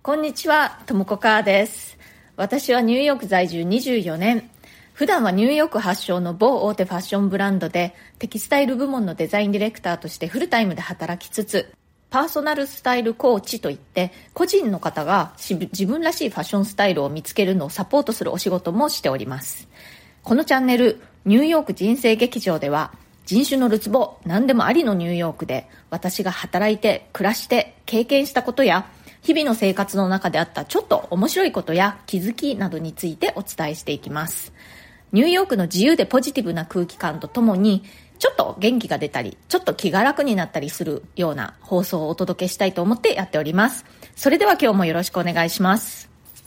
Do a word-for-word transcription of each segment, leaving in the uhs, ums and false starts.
こんにちは、ともこかーです。私はニューヨーク在住にじゅうよねん。普段はニューヨーク発祥の某大手ファッションブランドでテキスタイル部門のデザインディレクターとしてフルタイムで働きつつ、パーソナルスタイルコーチといって個人の方が自分らしいファッションスタイルを見つけるのをサポートするお仕事もしております。このチャンネルニューヨーク人生劇場では、人種のるつぼ何でもありのニューヨークで私が働いて暮らして経験したことや日々の生活の中であったちょっと面白いことや気づきなどについてお伝えしていきます。ニューヨークの自由でポジティブな空気感とともに、ちょっと元気が出たりちょっと気が楽になったりするような放送をお届けしたいと思ってやっております。それでは今日もよろしくお願いします。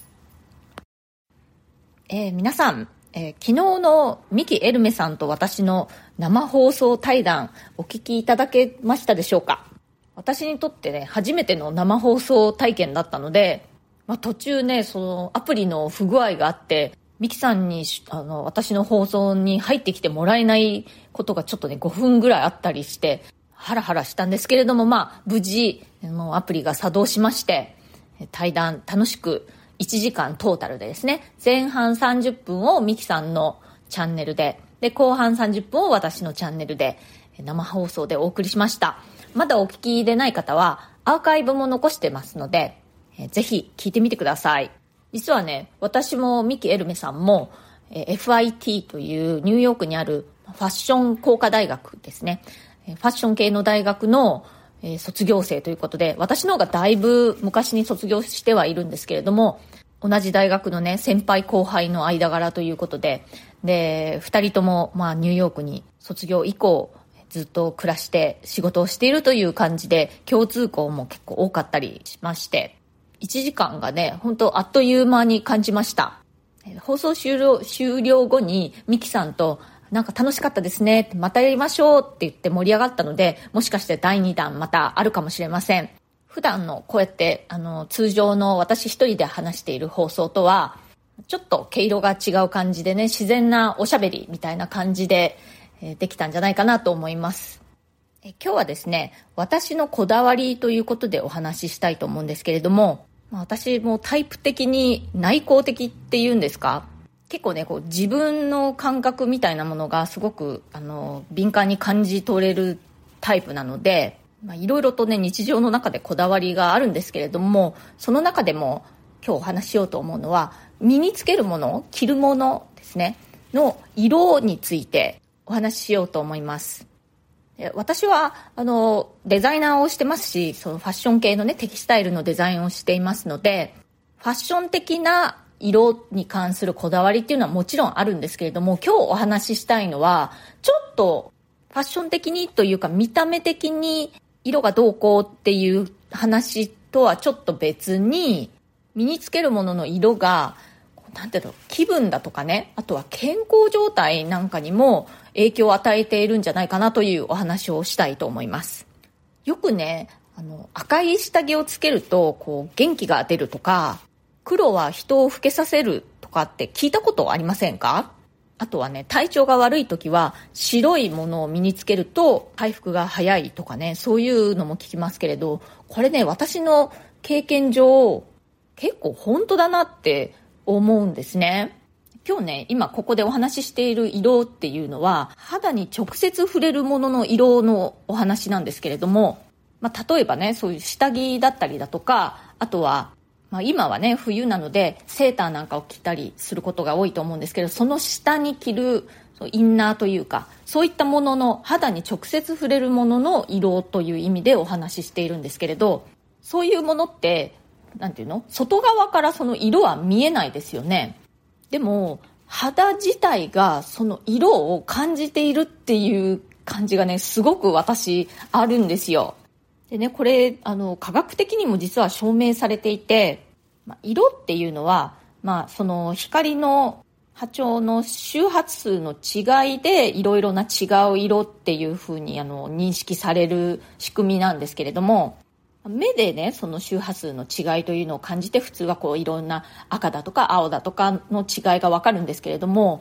えー、皆さん、えー、昨日の三木エルメさんと私の生放送対談お聞きいただけましたでしょうか。私にとってね、初めての生放送体験だったので、まあ、途中ね、そのアプリの不具合があって、ミキさんにあの私の放送に入ってきてもらえないことがちょっとね、ごふんぐらいあったりして、ハラハラしたんですけれども、まあ、無事、アプリが作動しまして、対談楽しくいちじかんトータルでですね、前半さんじゅっぷんをミキさんのチャンネルで、で、後半さんじゅっぷんを私のチャンネルで、生放送でお送りしました。まだお聞きでない方はアーカイブも残してますので、えー、ぜひ聞いてみてください。実はね、私もミキエルメさんも、えー、エフアイティー というニューヨークにあるファッション工科大学ですね、ファッション系の大学の、えー、卒業生ということで、私の方がだいぶ昔に卒業してはいるんですけれども、同じ大学のね、先輩後輩の間柄ということで、で、二人ともまあニューヨークに卒業以降ずっと暮らして仕事をしているという感じで、共通項も結構多かったりしまして、いちじかんがね、本当あっという間に感じました。放送終了、終了後にミキさんとなんか楽しかったですね、またやりましょうって言って盛り上がったので、もしかしてだいにだんまたあるかもしれません。普段のこうやってあの通常の私一人で話している放送とはちょっと毛色が違う感じでね、自然なおしゃべりみたいな感じでできたんじゃないかなと思います。え今日はですね、私のこだわりということでお話ししたいと思うんですけれども、私もタイプ的に内向的っていうんですか、結構ねこう自分の感覚みたいなものがすごくあの敏感に感じ取れるタイプなので、いろいろとね日常の中でこだわりがあるんですけれども、その中でも今日お話ししようと思うのは、身につけるもの、着るものですねの色についてお話ししようと思います。私はあのデザイナーをしてますし、そのファッション系のねテキスタイルのデザインをしていますので、ファッション的な色に関するこだわりっていうのはもちろんあるんですけれども、今日お話ししたいのはちょっとファッション的にというか見た目的に色がどうこうっていう話とはちょっと別に、身につけるものの色がなんていうの、気分だとかね、あとは健康状態なんかにも影響を与えているんじゃないかなというお話をしたいと思います。よくね、あの赤い下着をつけるとこう元気が出るとか、黒は人を老けさせるとかって聞いたことありませんか？あとはね、体調が悪い時は白いものを身につけると回復が早いとかね、そういうのも聞きますけれど、これね、私の経験上結構本当だなって思うんですね。今日ね、今ここでお話ししている色っていうのは肌に直接触れるものの色のお話なんですけれども、まあ、例えばね、そういう下着だったりだとか、あとは、まあ、今はね冬なのでセーターなんかを着たりすることが多いと思うんですけど、その下に着るインナーというか、そういったものの肌に直接触れるものの色という意味でお話ししているんですけれど、そういうものってなんていうの、外側からその色は見えないですよね。でも肌自体がその色を感じているっていう感じがね、すごく私あるんですよ。でね、これあの科学的にも実は証明されていて、まあ、色っていうのは、まあ、その光の波長の周波数の違いでいろいろな違う色っていう風にあの認識される仕組みなんですけれども、目でねその周波数の違いというのを感じて、普通はこういろんな赤だとか青だとかの違いがわかるんですけれども、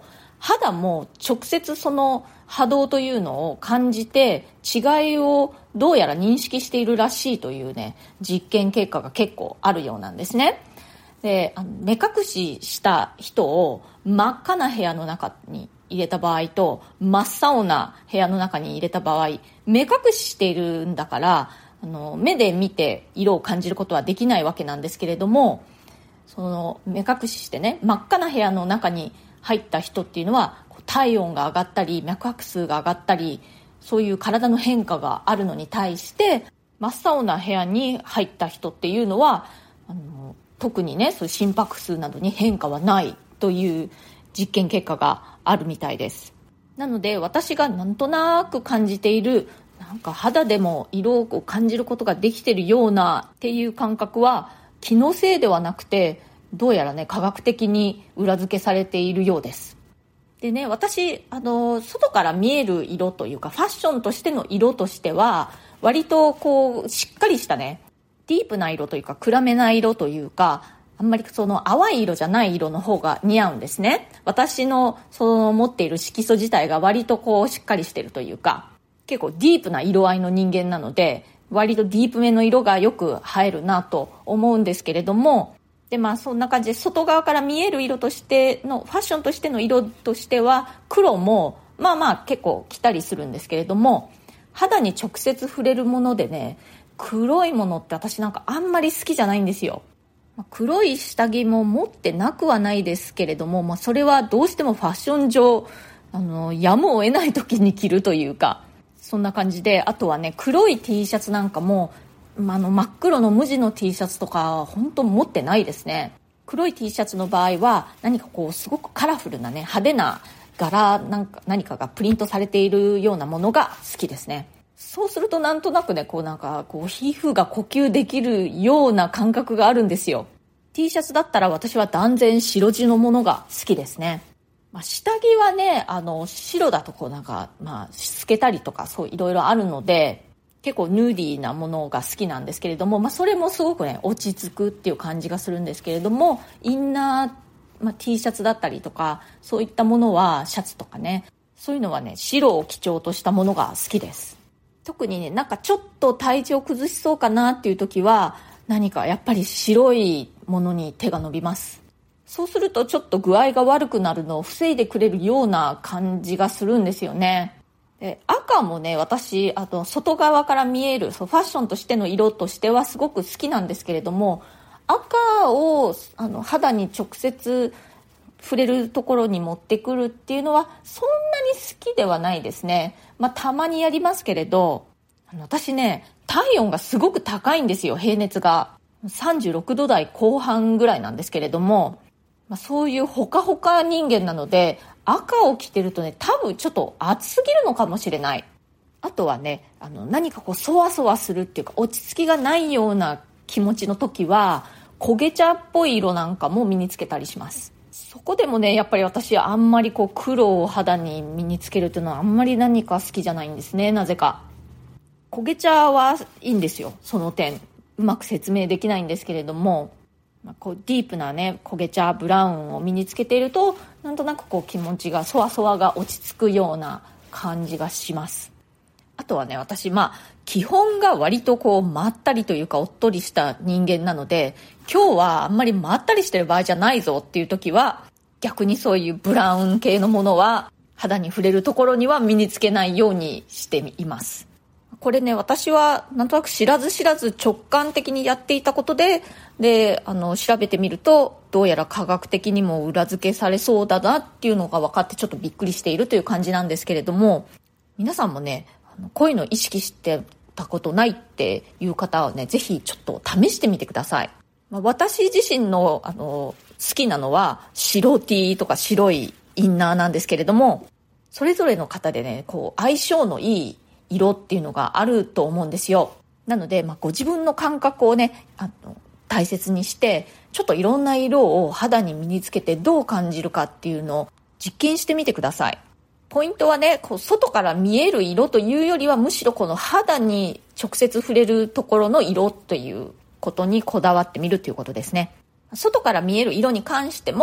肌も直接その波動というのを感じて違いをどうやら認識しているらしいというね、実験結果が結構あるようなんですね。で、あの目隠しした人を真っ赤な部屋の中に入れた場合と真っ青な部屋の中に入れた場合、目隠ししているんだからあの目で見て色を感じることはできないわけなんですけれども、その目隠ししてね、真っ赤な部屋の中に入った人っていうのは体温が上がったり脈拍数が上がったり、そういう体の変化があるのに対して真っ青な部屋に入った人っていうのはあの特にね、そういう心拍数などに変化はないという実験結果があるみたいです。なので私がなんとなく感じている、なんか肌でも色を感じることができているようなっていう感覚は気のせいではなくて、どうやらね科学的に裏付けされているようです。でね、私あの外から見える色というかファッションとしての色としては割とこうしっかりしたねディープな色というか暗めな色というか、あんまりその淡い色じゃない色の方が似合うんですね。私のその持っている色素自体が割とこうしっかりしてるというか、結構ディープな色合いの人間なので割とディープめの色がよく映えるなと思うんですけれども、でまあそんな感じで外側から見える色としてのファッションとしての色としては黒もまあまあ結構着たりするんですけれども、肌に直接触れるものでね、黒いものって私なんかあんまり好きじゃないんですよ。黒い下着も持ってなくはないですけれども、まあ、それはどうしてもファッション上あのやむを得ない時に着るというか、そんな感じで、あとはね黒い T シャツなんかもあの真っ黒の無地の T シャツとか本当持ってないですね。黒い T シャツの場合は何かこうすごくカラフルなね派手な柄なんか何かがプリントされているようなものが好きですね。そうするとなんとなくねこうなんかこう皮膚が呼吸できるような感覚があるんですよ。 T シャツだったら私は断然白地のものが好きですね。まあ、下着はねあの白だとこうなんかまあ透けたりとかそういろいろあるので結構ヌーディーなものが好きなんですけれども、まあ、それもすごくね落ち着くっていう感じがするんですけれども、インナー、まあ、T シャツだったりとかそういったものはシャツとかね、そういうのはね白を基調としたものが好きです。特にねなんかちょっと体調崩しそうかなっていう時は何かやっぱり白いものに手が伸びます。そうするとちょっと具合が悪くなるのを防いでくれるような感じがするんですよね。で赤もね私あと外側から見えるそうファッションとしての色としてはすごく好きなんですけれども、赤をあの肌に直接触れるところに持ってくるっていうのはそんなに好きではないですね。まあたまにやりますけれど、あの私ね体温がすごく高いんですよ。平熱がさんじゅうろくど台後半ぐらいなんですけれども、まあ、そういうほかほか人間なので赤を着てるとね多分ちょっと暑すぎるのかもしれない。あとはねあの何かこうそわそわするっていうか落ち着きがないような気持ちの時は焦げ茶っぽい色なんかも身につけたりします。そこでもねやっぱり私あんまりこう黒を肌に身につけるっていうのはあんまり何か好きじゃないんですね。なぜか焦げ茶はいいんですよ。その点うまく説明できないんですけれども、まあ、こうディープなね焦げ茶ブラウンを身につけているとなんとなくこう気持ちがそわそわが落ち着くような感じがします。あとはね私まあ基本が割とこうまったりというかおっとりした人間なので、今日はあんまりまったりしてる場合じゃないぞっていう時は逆にそういうブラウン系のものは肌に触れるところには身につけないようにしています。これね私はなんとなく知らず知らず直感的にやっていたことでであの調べてみるとどうやら科学的にも裏付けされそうだなっていうのが分かってちょっとびっくりしているという感じなんですけれども、皆さんもねこういうの意識してたことないっていう方はねぜひちょっと試してみてください。まあ、私自身の、あの好きなのは白 T とか白いインナーなんですけれども、それぞれの方でねこう相性のいい色っていうのがあると思うんですよ。なので、まあ、ご自分の感覚をねあの大切にしてちょっといろんな色を肌に身につけてどう感じるかっていうのを実験してみてください。ポイントはねこう外から見える色というよりはむしろこの肌に直接触れるところの色ということにこだわってみるということですね。外から見える色に関しても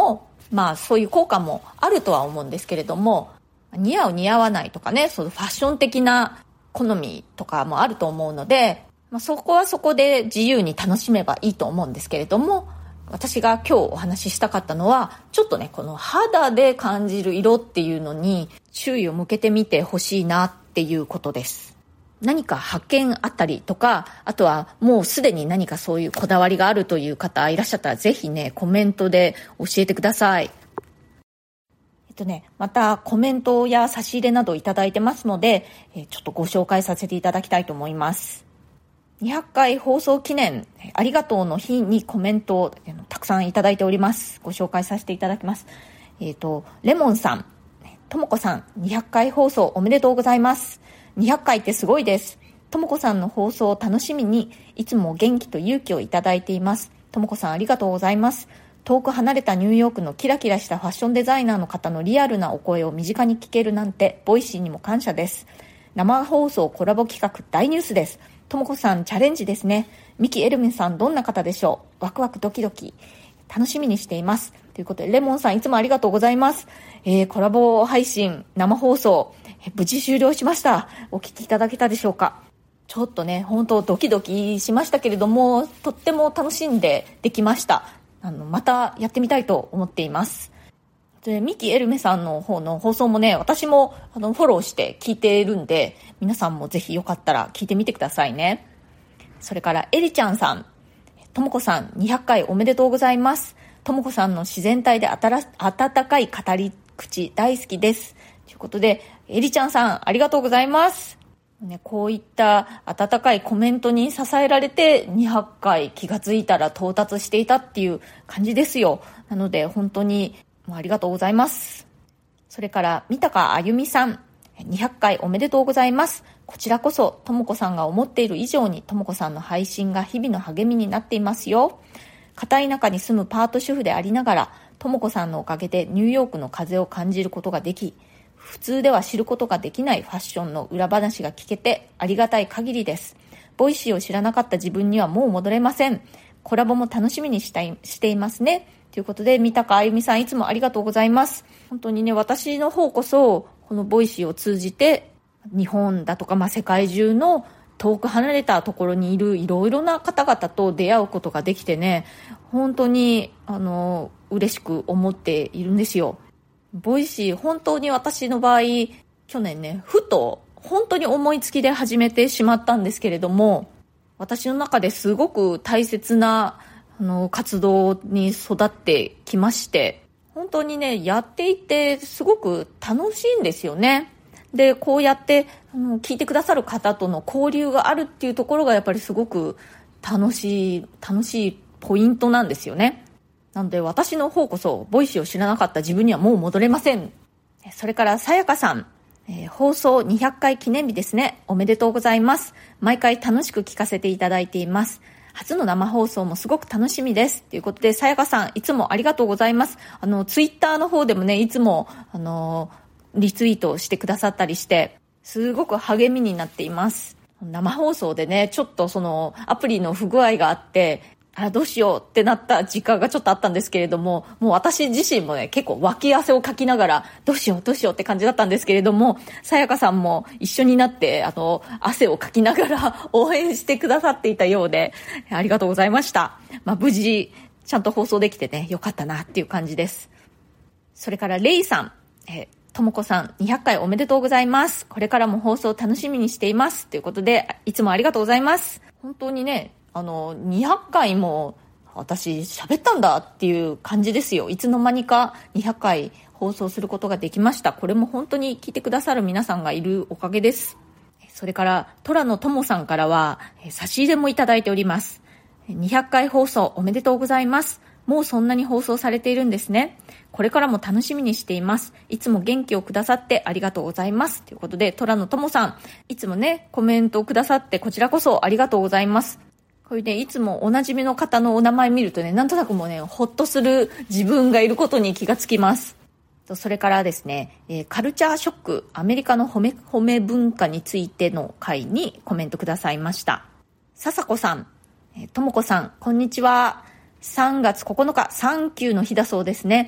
まあそういう効果もあるとは思うんですけれども、似合う似合わないとかね、そのファッション的な好みとかもあると思うので、まあ、そこはそこで自由に楽しめばいいと思うんですけれども、私が今日お話ししたかったのは、ちょっとね、この肌で感じる色っていうのに注意を向けてみてほしいなっていうことです。何か発見あったりとか、あとはもうすでに何かそういうこだわりがあるという方いらっしゃったら、ぜひね、コメントで教えてください。えっとね、またコメントや差し入れなどいただいてますので、えちょっとご紹介させていただきたいと思います。にひゃっかい放送記念ありがとうの日にコメントをたくさんいただいております。ご紹介させていただきます。えっと、レモンさん、ともこさん、にひゃっかい放送おめでとうございます。にひゃっかいってすごいです。ともこさんの放送を楽しみに、いつも元気と勇気をいただいています。ともこさんありがとうございます。遠く離れたニューヨークのキラキラしたファッションデザイナーの方のリアルなお声を身近に聞けるなんて、ボイシーにも感謝です。生放送コラボ企画大ニュースです。ともこさんチャレンジですね。ミキエルミンさんどんな方でしょう。ワクワクドキドキ楽しみにしています。ということでレモンさんいつもありがとうございます。えー、コラボ配信生放送無事終了しました。お聞きいただけたでしょうか。ちょっとね本当ドキドキしましたけれども、とっても楽しんでできました。あのまたやってみたいと思っています。でミキエルメさんの方の放送もね、私もあのフォローして聞いているんで、皆さんもぜひよかったら聞いてみてくださいね。それからエリちゃんさん、ともこさんにひゃっかいおめでとうございます。ともこさんの自然体で温かい語り口大好きです。ということでエリちゃんさんありがとうございます。ね、こういった温かいコメントに支えられてにひゃっかい気がついたら到達していたっていう感じですよ。なので本当にもうありがとうございます。それから三鷹あゆみさん、にひゃっかいおめでとうございます。こちらこそともこさんが思っている以上にともこさんの配信が日々の励みになっていますよ。片田舎に住むパート主婦でありながら、ともこさんのおかげでニューヨークの風を感じることができ、普通では知ることができないファッションの裏話が聞けてありがたい限りです。ボイシーを知らなかった自分にはもう戻れません。コラボも楽しみにしたいしていますね。ということで三鷹あゆみさんいつもありがとうございます。本当にね、私の方こそこのボイシーを通じて日本だとか、まあ、世界中の遠く離れたところにいるいろいろな方々と出会うことができてね、本当にあの嬉しく思っているんですよ。ボイシー本当に私の場合去年ね、ふと本当に思いつきで始めてしまったんですけれども、私の中ですごく大切なあの活動に育ってきまして、本当にねやっていてすごく楽しいんですよね。でこうやってあの聞いてくださる方との交流があるっていうところがやっぱりすごく楽しい楽しいポイントなんですよね。なので私の方こそボイシーを知らなかった自分にはもう戻れません。それからさやかさん、えー、放送にひゃっかい記念日ですね。おめでとうございます。毎回楽しく聞かせていただいています。初の生放送もすごく楽しみです。ということでさやかさんいつもありがとうございます。あのツイッターの方でもね、いつもあのリツイートしてくださったりしてすごく励みになっています。生放送でね、ちょっとそのアプリの不具合があってあどうしようってなった時間がちょっとあったんですけれども、もう私自身もね結構脇汗をかきながらどうしようどうしようって感じだったんですけれども、さやかさんも一緒になってあの汗をかきながら応援してくださっていたようでありがとうございました。まあ、無事ちゃんと放送できてねよかったなっていう感じです。それからレイさん、えともこさんにひゃっかいおめでとうございます。これからも放送楽しみにしていますということでいつもありがとうございます。本当にねあのにひゃっかいも私喋ったんだっていう感じですよ。いつの間にかにひゃっかい放送することができました。これも本当に聞いてくださる皆さんがいるおかげです。それから虎野友さんからは差し入れもいただいております。にひゃっかい放送おめでとうございます。もうそんなに放送されているんですね。これからも楽しみにしています。いつも元気をくださってありがとうございますということで、虎野友さんいつもねコメントをくださってこちらこそありがとうございます。これで、ね、いつもおなじみの方のお名前見るとね、なんとなくもうねほっとする自分がいることに気がつきます。それからですね、えー、カルチャーショックアメリカの褒め褒め文化についての回にコメントくださいました。笹子さん、えー、ともこさんこんにちは。さんがつここのかサンキューの日だそうですね。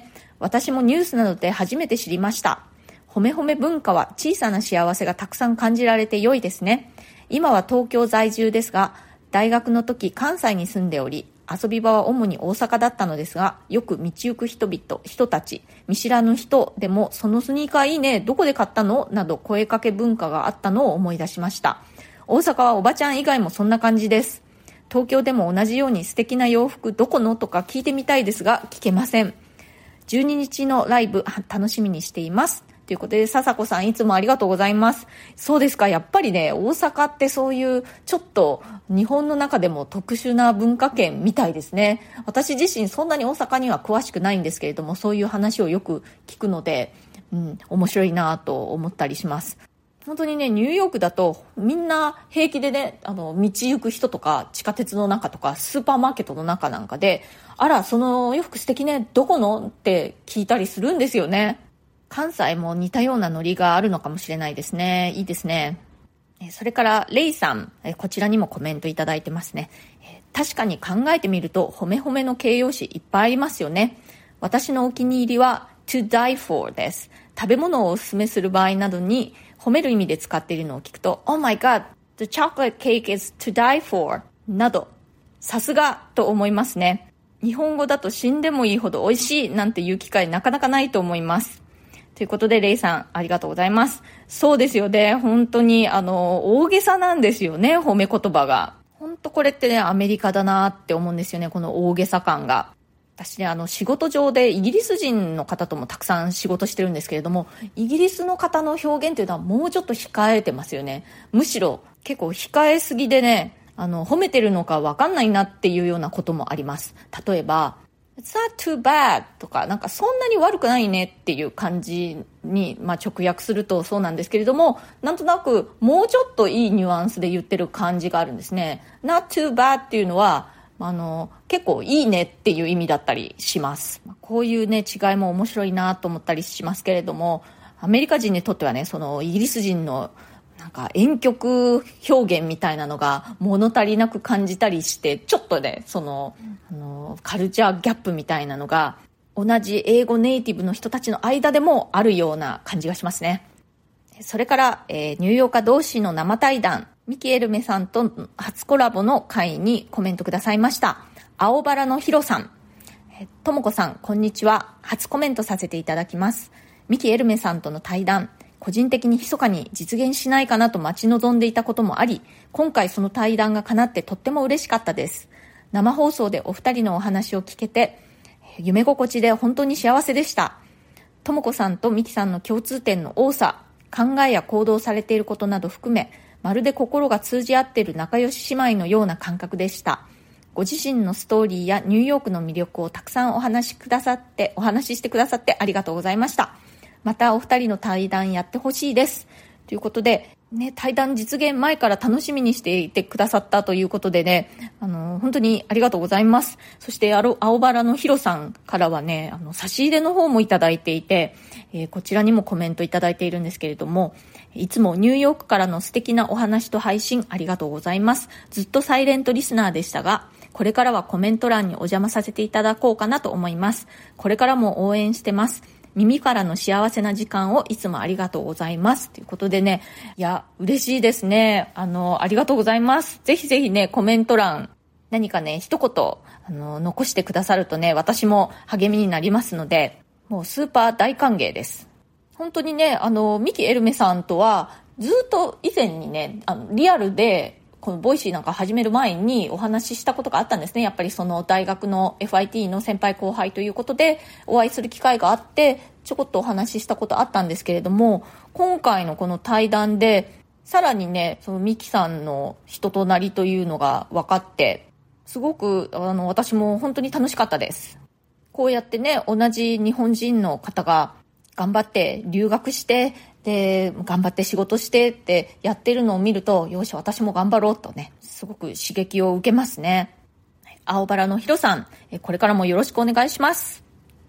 私もニュースなどで初めて知りました。褒め褒め文化は小さな幸せがたくさん感じられて良いですね。今は東京在住ですが、大学の時関西に住んでおり、遊び場は主に大阪だったのですが、よく道行く人々、人たち、見知らぬ人でもそのスニーカーいいね、どこで買ったのなど声かけ文化があったのを思い出しました。大阪はおばちゃん以外もそんな感じです。東京でも同じように素敵な洋服どこのとか聞いてみたいですが聞けません。じゅうににちのライブ楽しみにしています。ということで、笹子さんいつもありがとうございます。そうですか、やっぱりね、大阪ってそういうちょっと日本の中でも特殊な文化圏みたいですね。私自身そんなに大阪には詳しくないんですけれども、そういう話をよく聞くので、うん、面白いなと思ったりします。本当にね、ニューヨークだとみんな平気でね、あの道行く人とか地下鉄の中とかスーパーマーケットの中なんかで、あらその洋服素敵ね、どこのって聞いたりするんですよね。関西も似たようなノリがあるのかもしれないですね。いいですね。それからレイさん、こちらにもコメントいただいてますね。確かに考えてみると褒め褒めの形容詞いっぱいありますよね。私のお気に入りは to die for です。食べ物をおすすめする場合などに褒める意味で使っているのを聞くと Oh my god, the chocolate cake is to die for など、さすがと思いますね。日本語だと死んでもいいほど美味しいなんていう機会なかなかないと思います。ということでレイさんありがとうございます。そうですよね、本当にあの大げさなんですよね、褒め言葉が。本当これってねアメリカだなって思うんですよね、この大げさ感が。私ね、あの仕事上でイギリス人の方ともたくさん仕事してるんですけれども、イギリスの方の表現というのはもうちょっと控えてますよね。むしろ結構控えすぎでね、あの褒めてるのか分かんないなっていうようなこともあります。例えばIt's not too bad とか、なんかそんなに悪くないねっていう感じに、まあ、直訳するとそうなんですけれども、なんとなくもうちょっといいニュアンスで言ってる感じがあるんですね。Not too bad っていうのはあの結構いいねっていう意味だったりします。こういうね違いも面白いなと思ったりしますけれども、アメリカ人にとってはね、そのイギリス人のなんか婉曲表現みたいなのが物足りなく感じたりして、ちょっとねそのあのカルチャーギャップみたいなのが同じ英語ネイティブの人たちの間でもあるような感じがしますね。それから、えー、ニューヨーカー同士の生対談、ミキエルメさんと初コラボの回にコメントくださいました青バラのヒロさん、ともこさんこんにちは。初コメントさせていただきます。ミキエルメさんとの対談、個人的に密かに実現しないかなと待ち望んでいたこともあり、今回その対談が叶ってとっても嬉しかったです。生放送でお二人のお話を聞けて夢心地で本当に幸せでした。ともこさんとミキさんの共通点の多さ、考えや行動されていることなど含め、まるで心が通じ合っている仲良し姉妹のような感覚でした。ご自身のストーリーやニューヨークの魅力をたくさんお話しくださってお話ししてくださってありがとうございました。またお二人の対談やってほしいですということで、ね、対談実現前から楽しみにしていてくださったということでね、あの本当にありがとうございます。そして青バラのヒロさんからはね、あの差し入れの方もいただいていて、えー、こちらにもコメントいただいているんですけれども、いつもニューヨークからの素敵なお話と配信ありがとうございます。ずっとサイレントリスナーでしたが、これからはコメント欄にお邪魔させていただこうかなと思います。これからも応援してます。耳からの幸せな時間をいつもありがとうございますということでね、いや嬉しいですね。あのありがとうございます。ぜひぜひねコメント欄何かね一言あの残してくださるとね、私も励みになりますので、もうスーパー大歓迎です。本当にね、あのミキエルメさんとはずっと以前にね、あのリアルでこのボイシーなんか始める前にお話ししたことがあったんですね。やっぱりその大学の エフアイティー の先輩後輩ということでお会いする機会があって、ちょこっとお話ししたことあったんですけれども、今回のこの対談でさらにね、そのミキさんの人となりというのが分かって、すごくあの私も本当に楽しかったです。こうやってね、同じ日本人の方が頑張って留学してで頑張って仕事してってやってるのを見ると、よし私も頑張ろうとね、すごく刺激を受けますね。青バラのヒロさん、これからもよろしくお願いします。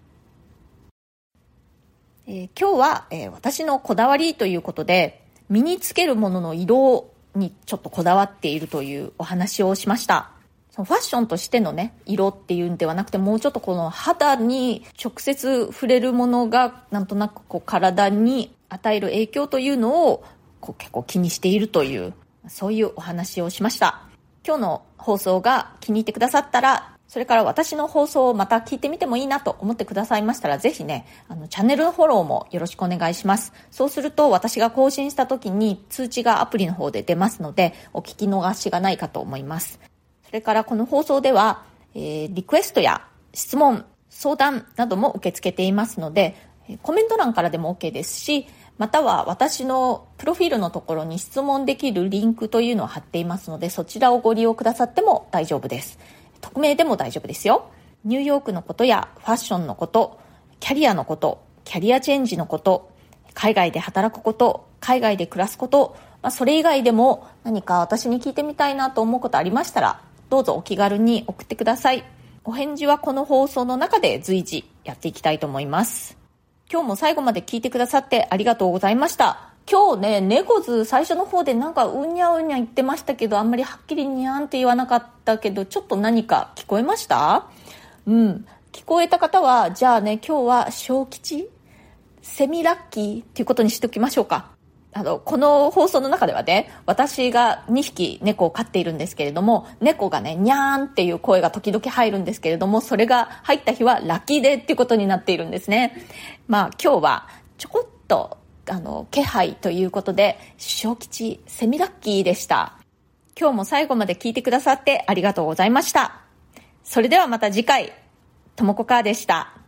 えー、今日は、えー、私のこだわりということで、身につけるものの色にちょっとこだわっているというお話をしました。 そのファッションとしてのね、色っていうんではなくて、もうちょっとこの肌に直接触れるものがなんとなくこう体に与える影響というのをこう結構気にしているという、そういうお話をしました。今日の放送が気に入ってくださったら、それから私の放送をまた聞いてみてもいいなと思ってくださいましたら、ぜひね、あのチャンネルのフォローもよろしくお願いします。そうすると私が更新した時に通知がアプリの方で出ますので、お聞き逃しがないかと思います。それからこの放送では、えー、リクエストや質問、相談なども受け付けていますので、コメント欄からでも OK ですし、または私のプロフィールのところに質問できるリンクというのを貼っていますので、そちらをご利用くださっても大丈夫です。匿名でも大丈夫ですよ。ニューヨークのことやファッションのこと、キャリアのこと、キャリアチェンジのこと、海外で働くこと、海外で暮らすこと、まあ、それ以外でも何か私に聞いてみたいなと思うことありましたら、どうぞお気軽に送ってください。お返事はこの放送の中で随時やっていきたいと思います。今日も最後まで聞いてくださってありがとうございました。今日ね、猫図最初の方でなんかうにゃうにゃ言ってましたけど、あんまりはっきりにゃんって言わなかったけど、ちょっと何か聞こえました？うん。聞こえた方は、じゃあね、今日は小吉？セミラッキーっていうことにしておきましょうか。あの、この放送の中ではね、私がにひき猫を飼っているんですけれども、猫がね、にゃーんっていう声が時々入るんですけれども、それが入った日はラッキーデーっていうことになっているんですね。まあ今日はちょこっとあの気配ということで、小吉セミラッキーでした。今日も最後まで聞いてくださってありがとうございました。それではまた次回、ともこかーでした。